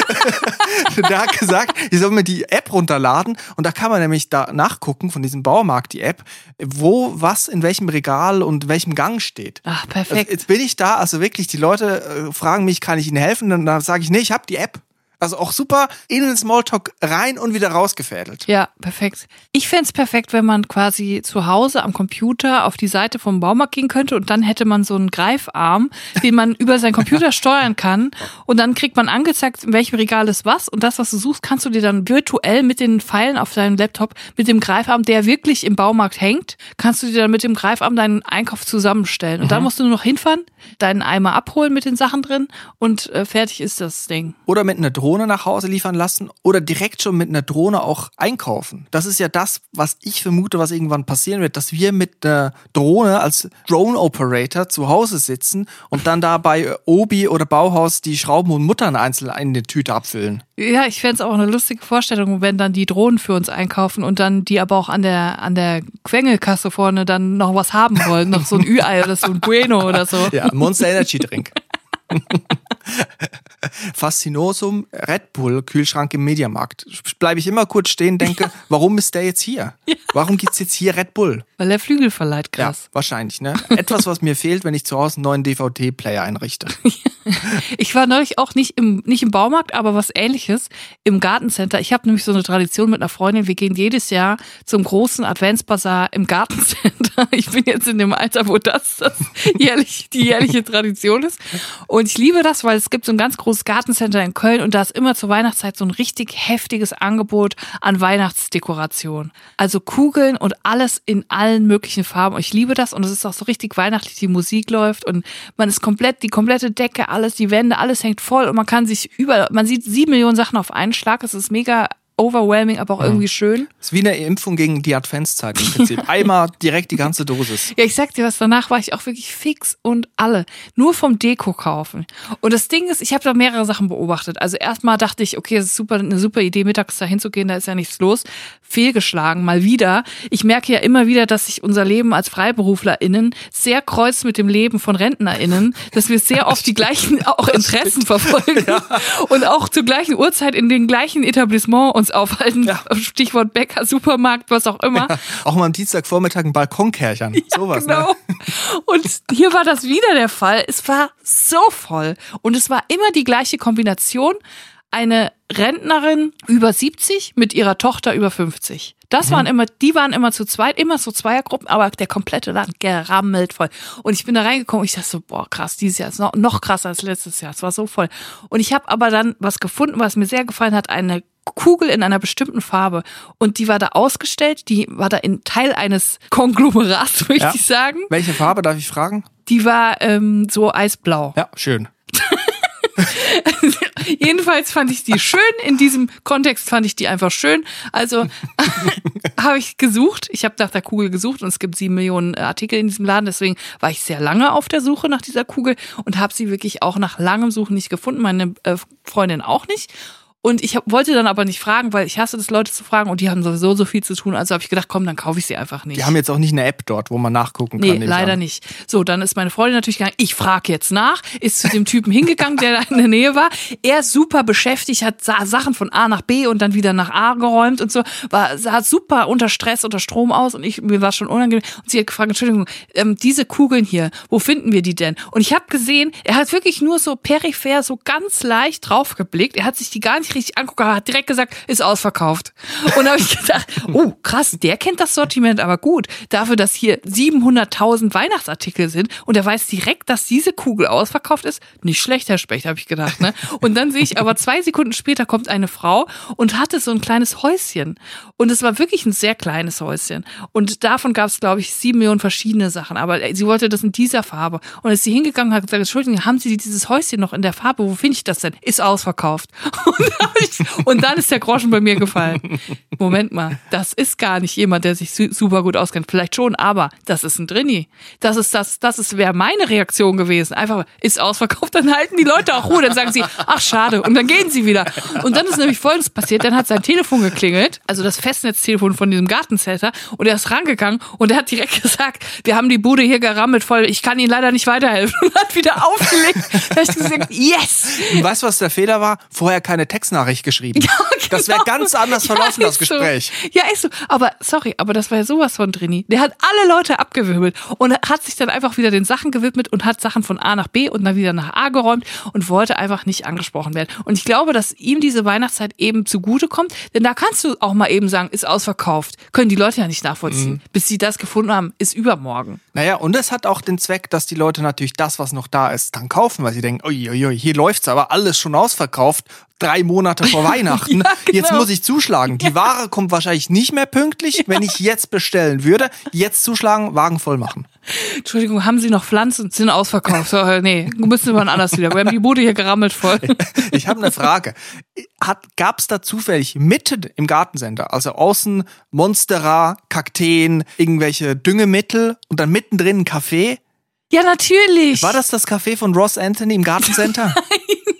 Der hat gesagt, ich soll mir die App runterladen und da kann man nämlich da nachgucken von diesem Baumarkt, die App, wo was in welchem Regal und welchem Gang steht. Ach, perfekt. Also jetzt bin ich da, also wirklich, die Leute fragen mich, kann ich Ihnen helfen? Und dann sage ich, nee, ich habe die App. Also auch super in den Smalltalk rein und wieder rausgefädelt. Ja, perfekt. Ich fänd's perfekt, wenn man quasi zu Hause am Computer auf die Seite vom Baumarkt gehen könnte und dann hätte man so einen Greifarm, den man über seinen Computer steuern kann und dann kriegt man angezeigt, in welchem Regal ist was und das, was du suchst, kannst du dir dann virtuell mit den Pfeilen auf deinem Laptop, mit dem Greifarm, der wirklich im Baumarkt hängt, kannst du dir dann mit dem Greifarm deinen Einkauf zusammenstellen. Und dann musst du nur noch hinfahren, deinen Eimer abholen mit den Sachen drin und fertig ist das Ding. Oder mit einer Drohne nach Hause liefern lassen oder direkt schon mit einer Drohne auch einkaufen. Das ist ja das, was ich vermute, was irgendwann passieren wird, dass wir mit einer Drohne als Drone-Operator zu Hause sitzen und dann da bei Obi oder Bauhaus die Schrauben und Muttern einzeln in die Tüte abfüllen. Ja, ich fände es auch eine lustige Vorstellung, wenn dann die Drohnen für uns einkaufen und dann die aber auch an der Quengelkasse vorne dann noch was haben wollen, noch so ein Ü-Ei oder so ein Bueno oder so. Ja, Monster Energy Drink. Faszinosum Red Bull Kühlschrank im Mediamarkt. Bleibe ich immer kurz stehen, denke, warum ist der jetzt hier? Ja. Warum gibt's jetzt hier Red Bull? Weil er Flügel verleiht, krass. Ja, wahrscheinlich, ne? Etwas, was mir fehlt, wenn ich zu Hause einen neuen DVD-Player einrichte. Ich war neulich auch nicht im Baumarkt, aber was Ähnliches im Gartencenter. Ich habe nämlich so eine Tradition mit einer Freundin. Wir gehen jedes Jahr zum großen Adventsbasar im Gartencenter. Ich bin jetzt in dem Alter, wo das die jährliche Tradition ist. Und ich liebe das, weil es gibt so ein ganz großes Gartencenter in Köln und da ist immer zur Weihnachtszeit so ein richtig heftiges Angebot an Weihnachtsdekoration. Also Kugeln und alles in allen möglichen Farben. Und ich liebe das und es ist auch so richtig weihnachtlich, die Musik läuft und man ist die komplette Decke, alles, die Wände, alles hängt voll und man sieht 7 Millionen Sachen auf einen Schlag. Es ist mega overwhelming, aber auch irgendwie schön. Das ist wie eine Impfung gegen die Adventszeit im Prinzip. Einmal direkt die ganze Dosis. Ja, ich sag dir was, danach war ich auch wirklich fix und alle. Nur vom Deko kaufen. Und das Ding ist, ich habe da mehrere Sachen beobachtet. Also erstmal dachte ich, okay, es ist eine super Idee, mittags da hinzugehen, da ist ja nichts los. Fehlgeschlagen, mal wieder. Ich merke ja immer wieder, dass sich unser Leben als FreiberuflerInnen sehr kreuzt mit dem Leben von RentnerInnen, dass wir sehr oft die gleichen auch Interessen verfolgen und auch zur gleichen Uhrzeit in den gleichen Etablissements uns aufhalten. Ja. Stichwort Bäcker, Supermarkt, was auch immer. Ja, auch mal am Dienstagvormittag einen Balkon kärchern. Ja, sowas, genau. Ne? Und hier war das wieder der Fall. Es war so voll. Und es war immer die gleiche Kombination. Eine Rentnerin über 70 mit ihrer Tochter über 50. Die waren immer zu zweit, immer so Zweiergruppen, aber der komplette Laden gerammelt voll. Und ich bin da reingekommen und ich dachte so, boah, krass, dieses Jahr ist noch krasser als letztes Jahr. Es war so voll. Und ich habe aber dann was gefunden, was mir sehr gefallen hat, eine Kugel in einer bestimmten Farbe. Und die war da ausgestellt, die war da in Teil eines Konglomerats, möchte ich sagen. Welche Farbe, darf ich fragen? Die war so eisblau. Ja, schön. Jedenfalls fand ich die schön, in diesem Kontext fand ich die einfach schön. Also habe ich gesucht, ich habe nach der Kugel gesucht und es gibt 7 Millionen Artikel in diesem Laden, deswegen war ich sehr lange auf der Suche nach dieser Kugel und habe sie wirklich auch nach langem Suchen nicht gefunden, meine Freundin auch nicht. Und ich wollte dann aber nicht fragen, weil ich hasse das, Leute zu fragen und die haben sowieso so viel zu tun. Also habe ich gedacht, komm, dann kaufe ich sie einfach nicht. Die haben jetzt auch nicht eine App dort, wo man nachgucken kann. Nee, leider nicht. So, dann ist meine Freundin natürlich gegangen, ich frage jetzt nach, ist zu dem Typen hingegangen, der da in der Nähe war. Er super beschäftigt, hat Sachen von A nach B und dann wieder nach A geräumt und so. Sah super unter Stress, unter Strom aus und mir war schon unangenehm. Und sie hat gefragt, Entschuldigung, diese Kugeln hier, wo finden wir die denn? Und ich habe gesehen, er hat wirklich nur so peripher, so ganz leicht drauf geblickt. Er hat sich die gar nicht richtig anguckt, aber hat direkt gesagt, ist ausverkauft. Und da habe ich gedacht, oh krass, der kennt das Sortiment aber gut. Dafür, dass hier 700.000 Weihnachtsartikel sind und er weiß direkt, dass diese Kugel ausverkauft ist, nicht schlecht, Herr Specht, habe ich gedacht. Ne? Und dann sehe ich aber 2 Sekunden später kommt eine Frau und hatte so ein kleines Häuschen. Und es war wirklich ein sehr kleines Häuschen. Und davon gab es, glaube ich, 7 Millionen verschiedene Sachen. Aber sie wollte das in dieser Farbe. Und ist sie hingegangen und hat gesagt, Entschuldigung, haben Sie dieses Häuschen noch in der Farbe? Wo finde ich das denn? Ist ausverkauft. Und dann ist der Groschen bei mir gefallen. Moment mal, das ist gar nicht jemand, der sich super gut auskennt. Vielleicht schon, aber das ist ein Drini. Wäre meine Reaktion gewesen. Einfach, ist ausverkauft, dann halten die Leute auch Ruhe. Dann sagen sie, ach schade, und dann gehen sie wieder. Und dann ist nämlich Folgendes passiert, dann hat sein Telefon geklingelt, also das Festnetztelefon von diesem Gartencenter, und er ist rangegangen und er hat direkt gesagt, wir haben die Bude hier gerammelt voll, ich kann Ihnen leider nicht weiterhelfen. Und hat wieder aufgelegt. Da habe ich gesagt, yes! Und weißt du, was der Fehler war? Vorher keine Textnachricht geschrieben. Ja, genau. Das wäre ganz anders verlaufen, das Gespräch. So. Ja, ist so. Aber sorry, aber das war ja sowas von Drini. Der hat alle Leute abgewirbelt und hat sich dann einfach wieder den Sachen gewidmet und hat Sachen von A nach B und dann wieder nach A geräumt und wollte einfach nicht angesprochen werden. Und ich glaube, dass ihm diese Weihnachtszeit eben zugutekommt, denn da kannst du auch mal eben sagen, ist ausverkauft. Können die Leute ja nicht nachvollziehen. Bis sie das gefunden haben, ist übermorgen. Naja, und es hat auch den Zweck, dass die Leute natürlich das, was noch da ist, dann kaufen, weil sie denken, uiuiui, hier läuft's aber alles schon ausverkauft. 3 Monate vor Weihnachten. Ja, genau. Jetzt muss ich zuschlagen. Die Ware kommt wahrscheinlich nicht mehr pünktlich, wenn ich jetzt bestellen würde. Jetzt zuschlagen, Wagen voll machen. Entschuldigung, haben Sie noch Pflanzen? Sind ausverkauft. So, nee, müssen wir anders wieder. Wir haben die Bude hier gerammelt voll. Ich habe eine Frage. Gab es da zufällig mitten im Gartencenter, also außen Monstera, Kakteen, irgendwelche Düngemittel und dann mittendrin ein Café? Ja, natürlich. War das Café von Ross Anthony im Gartencenter? Nein.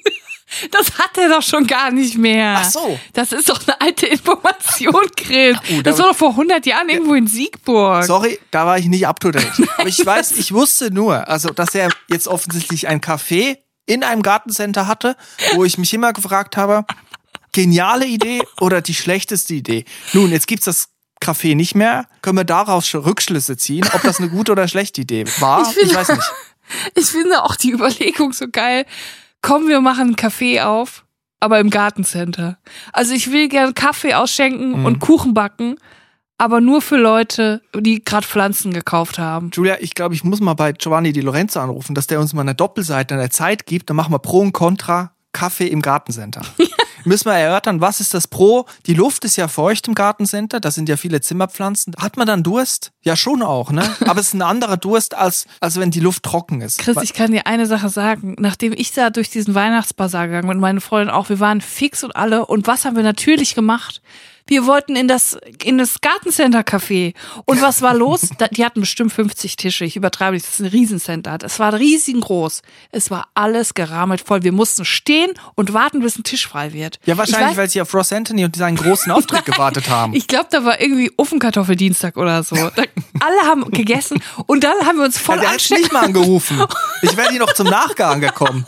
Das hat er doch schon gar nicht mehr. Ach so. Das ist doch eine alte Information, Chris. Das war doch vor 100 Jahren irgendwo in Siegburg. Sorry, da war ich nicht up to date. Aber ich wusste nur, also, dass er jetzt offensichtlich ein Café in einem Gartencenter hatte, wo ich mich immer gefragt habe, geniale Idee oder die schlechteste Idee? Nun, jetzt gibt's das Café nicht mehr. Können wir daraus schon Rückschlüsse ziehen, ob das eine gute oder schlechte Idee war? Ich weiß nicht. Ich finde auch die Überlegung so geil. Komm, wir machen einen Café auf, aber im Gartencenter. Also ich will gerne Kaffee ausschenken und Kuchen backen, aber nur für Leute, die gerade Pflanzen gekauft haben. Julia, ich glaube, ich muss mal bei Giovanni Di Lorenzo anrufen, dass der uns mal eine Doppelseite an der Zeit gibt. Dann machen wir Pro und Contra Kaffee im Gartencenter. Müssen wir erörtern, was ist das Pro? Die Luft ist ja feucht im Gartencenter, da sind ja viele Zimmerpflanzen. Hat man dann Durst? Ja, schon auch, ne? Aber es ist ein anderer Durst, als wenn die Luft trocken ist. Chris, ich kann dir eine Sache sagen. Nachdem ich da durch diesen Weihnachtsbasar gegangen bin und meine Freundin auch, wir waren fix und alle. Und was haben wir natürlich gemacht? Wir wollten in das Gartencenter-Café. Und was war los? Die hatten bestimmt 50 Tische. Ich übertreibe nicht, das ist ein Riesencenter. Es war riesengroß. Es war alles gerammelt voll. Wir mussten stehen und warten, bis ein Tisch frei wird. Ja, wahrscheinlich, weil sie auf Ross Anthony und seinen großen Auftritt gewartet haben. Ich glaube, da war irgendwie Ofenkartoffeldienstag oder so. Alle haben gegessen und dann haben wir uns voll der hat nicht mal angerufen. Ich wäre die noch zum Nachgang gekommen.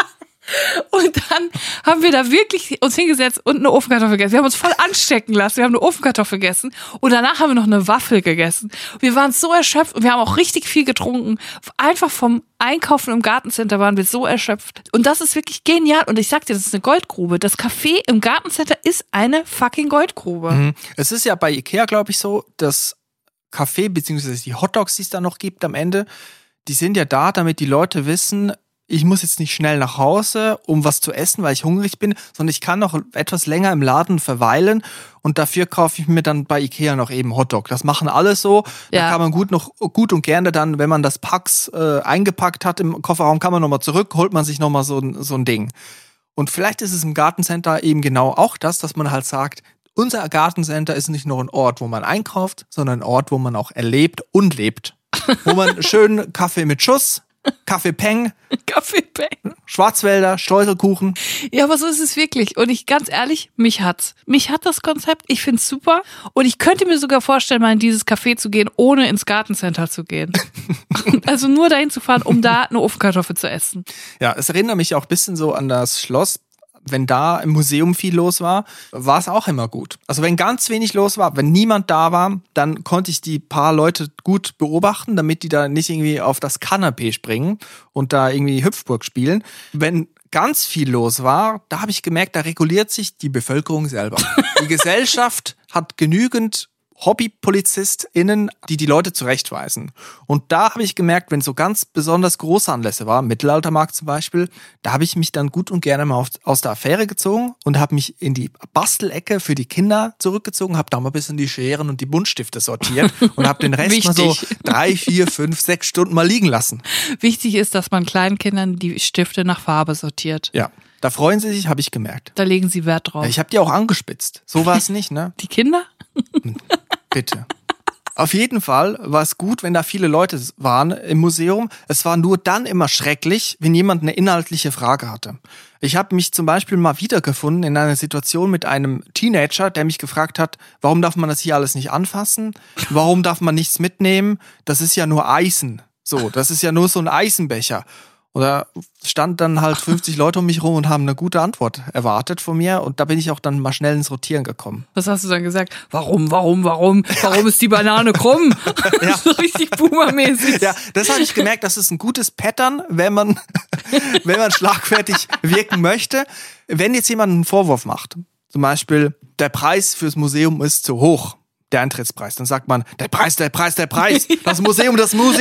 Und dann haben wir da wirklich uns hingesetzt und eine Ofenkartoffel gegessen. Wir haben uns voll anstecken lassen. Wir haben eine Ofenkartoffel gegessen und danach haben wir noch eine Waffel gegessen. Wir waren so erschöpft und wir haben auch richtig viel getrunken. Einfach vom Einkaufen im Gartencenter waren wir so erschöpft. Und das ist wirklich genial. Und ich sag dir, das ist eine Goldgrube. Das Café im Gartencenter ist eine fucking Goldgrube. Es ist ja bei Ikea, glaube ich, so, das Café bzw. die Hotdogs, die es da noch gibt am Ende, die sind ja da, damit die Leute wissen, ich muss jetzt nicht schnell nach Hause, um was zu essen, weil ich hungrig bin, sondern ich kann noch etwas länger im Laden verweilen und dafür kaufe ich mir dann bei Ikea noch eben Hotdog. Das machen alle so. Ja. Da kann man gut und gerne dann, wenn man das Packs eingepackt hat im Kofferraum, kann man nochmal zurück, holt man sich nochmal so ein Ding. Und vielleicht ist es im Gartencenter eben genau auch das, dass man halt sagt, unser Gartencenter ist nicht nur ein Ort, wo man einkauft, sondern ein Ort, wo man auch erlebt und lebt. Wo man schön Kaffee mit Schuss, Kaffee Peng, Schwarzwälder, Streuselkuchen. Ja, aber so ist es wirklich. Und ganz ehrlich, mich hat das Konzept. Ich find's super. Und ich könnte mir sogar vorstellen, mal in dieses Café zu gehen, ohne ins Gartencenter zu gehen. Also nur dahin zu fahren, um da eine Ofenkartoffel zu essen. Ja, es erinnert mich auch ein bisschen so an das Schloss. Wenn da im Museum viel los war es auch immer gut. Also wenn ganz wenig los war, wenn niemand da war, dann konnte ich die paar Leute gut beobachten, damit die da nicht irgendwie auf das Kanapee springen und da irgendwie Hüpfburg spielen. Wenn ganz viel los war, da habe ich gemerkt, da reguliert sich die Bevölkerung selber. Die Gesellschaft hat genügend HobbypolizistInnen, die Leute zurechtweisen. Und da habe ich gemerkt, wenn so ganz besonders große Anlässe waren, Mittelaltermarkt zum Beispiel, da habe ich mich dann gut und gerne mal aus der Affäre gezogen und habe mich in die Bastelecke für die Kinder zurückgezogen, habe da mal ein bisschen die Scheren und die Buntstifte sortiert und habe den Rest mal so 3, 4, 5, 6 Stunden mal liegen lassen. Wichtig ist, dass man kleinen Kindern die Stifte nach Farbe sortiert. Ja. Da freuen sie sich, habe ich gemerkt. Da legen sie Wert drauf. Ja, ich habe die auch angespitzt. So war es nicht, ne? Die Kinder? Bitte. Auf jeden Fall war es gut, wenn da viele Leute waren im Museum. Es war nur dann immer schrecklich, wenn jemand eine inhaltliche Frage hatte. Ich habe mich zum Beispiel mal wiedergefunden in einer Situation mit einem Teenager, der mich gefragt hat, warum darf man das hier alles nicht anfassen? Warum darf man nichts mitnehmen? Das ist ja nur Eisen. So, das ist ja nur so ein Eisenbecher. Oder stand dann halt 50 Leute um mich rum und haben eine gute Antwort erwartet von mir. Und da bin ich auch dann mal schnell ins Rotieren gekommen. Was hast du dann gesagt? Warum ist die Banane krumm? Ja. So richtig boomermäßig. Ja, das habe ich gemerkt, das ist ein gutes Pattern, wenn man schlagfertig wirken möchte. Wenn jetzt jemand einen Vorwurf macht, zum Beispiel, der Preis fürs Museum ist zu hoch. Der Eintrittspreis. Dann sagt man, der Preis. Das Museum.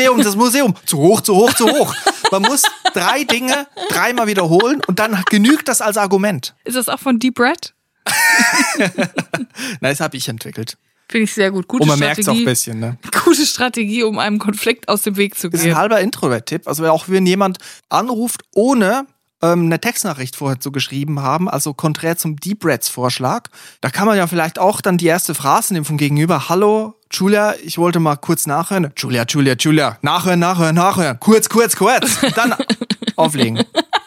Zu hoch. Man muss 3 Dinge 3-mal wiederholen und dann genügt das als Argument. Ist das auch von Deep Red? Nein, das habe ich entwickelt. Finde ich sehr gut. Gute und man Strategie. merkt es auch ein bisschen, ne? Gute Strategie, um einem Konflikt aus dem Weg zu gehen. Das ist ein halber Introvert-Tipp. Also auch wenn jemand anruft, ohne eine Textnachricht vorher zu geschrieben haben, also konträr zum Deep Reds Vorschlag. Da kann man ja vielleicht auch dann die erste Phrase nehmen vom Gegenüber. Hallo, Julia, ich wollte mal kurz nachhören. Julia. Nachhören. Kurz. Dann auflegen.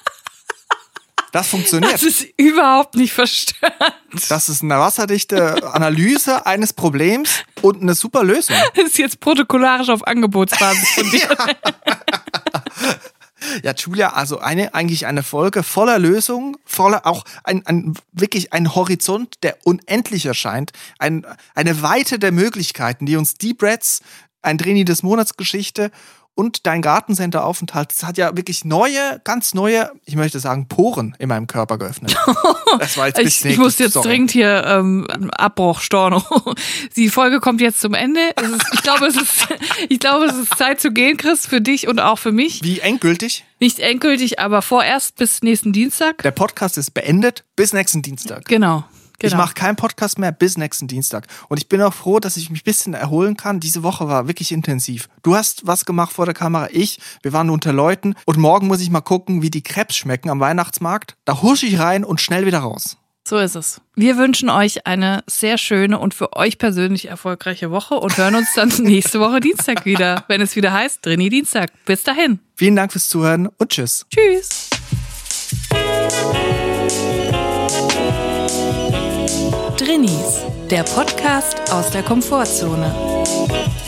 Das funktioniert. Das ist überhaupt nicht verstörend. Das ist eine wasserdichte Analyse eines Problems und eine super Lösung. Das ist jetzt protokollarisch auf Angebotsbasis von dir. Ja. Ja, Julia, also eigentlich eine Folge voller Lösungen, voller auch wirklich ein Horizont, der unendlich erscheint, eine Weite der Möglichkeiten, die uns Deep Reds, ein Trainee des Monats Geschichte und dein Gartencenter-Aufenthalt, das hat ja wirklich ganz neue, ich möchte sagen, Poren in meinem Körper geöffnet. Das war jetzt ich muss jetzt dringend hier Abbruch, Storno. Die Folge kommt jetzt zum Ende. Ich glaube, es ist Zeit zu gehen, Chris, für dich und auch für mich. Wie endgültig? Nicht endgültig, aber vorerst bis nächsten Dienstag. Der Podcast ist beendet bis nächsten Dienstag. Genau. Ich mache keinen Podcast mehr bis nächsten Dienstag. Und ich bin auch froh, dass ich mich ein bisschen erholen kann. Diese Woche war wirklich intensiv. Du hast was gemacht vor der Kamera, wir waren unter Leuten. Und morgen muss ich mal gucken, wie die Crepes schmecken am Weihnachtsmarkt. Da husche ich rein und schnell wieder raus. So ist es. Wir wünschen euch eine sehr schöne und für euch persönlich erfolgreiche Woche und hören uns dann nächste Woche Dienstag wieder, wenn es wieder heißt Trainee Dienstag. Bis dahin. Vielen Dank fürs Zuhören und tschüss. Tschüss. Drinnies, der Podcast aus der Komfortzone.